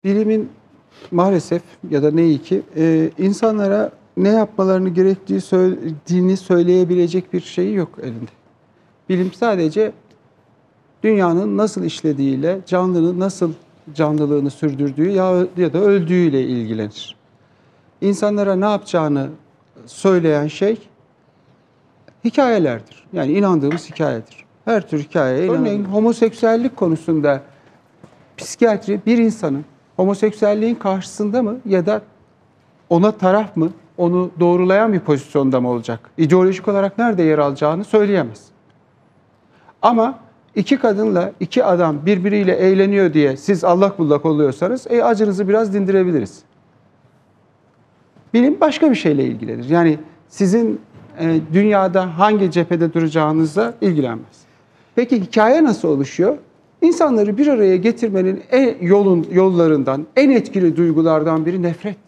bilimin maalesef ya da ne iyi ki insanlara ne yapmalarını gerektiğini söyleyebilecek bir şeyi yok elinde. Bilim sadece dünyanın nasıl işlediğiyle, canlının nasıl canlılığını sürdürdüğü ya da öldüğüyle ilgilenir. İnsanlara ne yapacağını söyleyen şey hikayelerdir. Yani inandığımız hikayedir. Her tür hikayeye inanırız. Örneğin homoseksüellik konusunda psikiyatri bir insanın homoseksüelliğin karşısında mı ya da ona taraf mı, onu doğrulayan bir pozisyonda mı olacak? İdeolojik olarak nerede yer alacağını söyleyemez. Ama iki kadınla iki adam birbiriyle eğleniyor diye siz allak bullak oluyorsanız acınızı biraz dindirebiliriz. Bilim başka bir şeyle ilgilenir. Yani sizin dünyada hangi cephede duracağınızla ilgilenmez. Peki hikaye nasıl oluşuyor? İnsanları bir araya getirmenin yollarından, en etkili duygulardan biri nefrettir.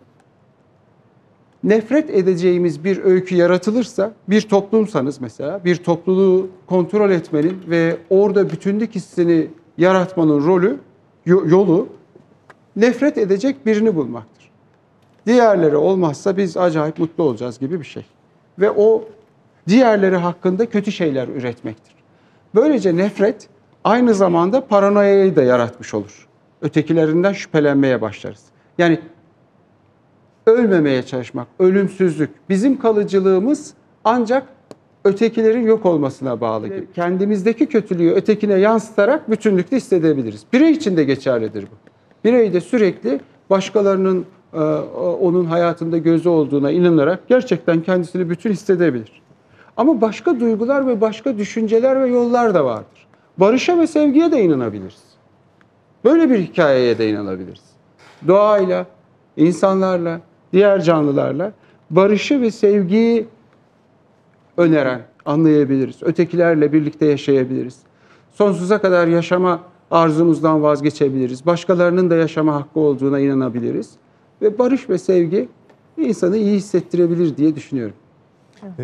Nefret edeceğimiz bir öykü yaratılırsa, bir toplumsanız mesela, bir topluluğu kontrol etmenin ve orada bütünlük hissini yaratmanın yolu nefret edecek birini bulmaktır. Diğerleri olmazsa biz acayip mutlu olacağız gibi bir şey. Ve o diğerleri hakkında kötü şeyler üretmektir. Böylece nefret aynı zamanda paranoyayı da yaratmış olur. Ötekilerinden şüphelenmeye başlarız. Yani ölmemeye çalışmak, ölümsüzlük. Bizim kalıcılığımız ancak ötekilerin yok olmasına bağlı gibi. Kendimizdeki kötülüğü ötekine yansıtarak bütünlükte hissedebiliriz. Birey için de geçerlidir bu. Birey de sürekli başkalarının onun hayatında gözü olduğuna inanarak gerçekten kendisini bütün hissedebilir. Ama başka duygular ve başka düşünceler ve yollar da vardır. Barışa ve sevgiye de inanabiliriz. Böyle bir hikayeye de inanabiliriz. Doğayla, insanlarla, diğer canlılarla barışı ve sevgiyi öneren, anlayabiliriz. Ötekilerle birlikte yaşayabiliriz. Sonsuza kadar yaşama arzumuzdan vazgeçebiliriz. Başkalarının da yaşama hakkı olduğuna inanabiliriz. Ve barış ve sevgi insanı iyi hissettirebilir diye düşünüyorum.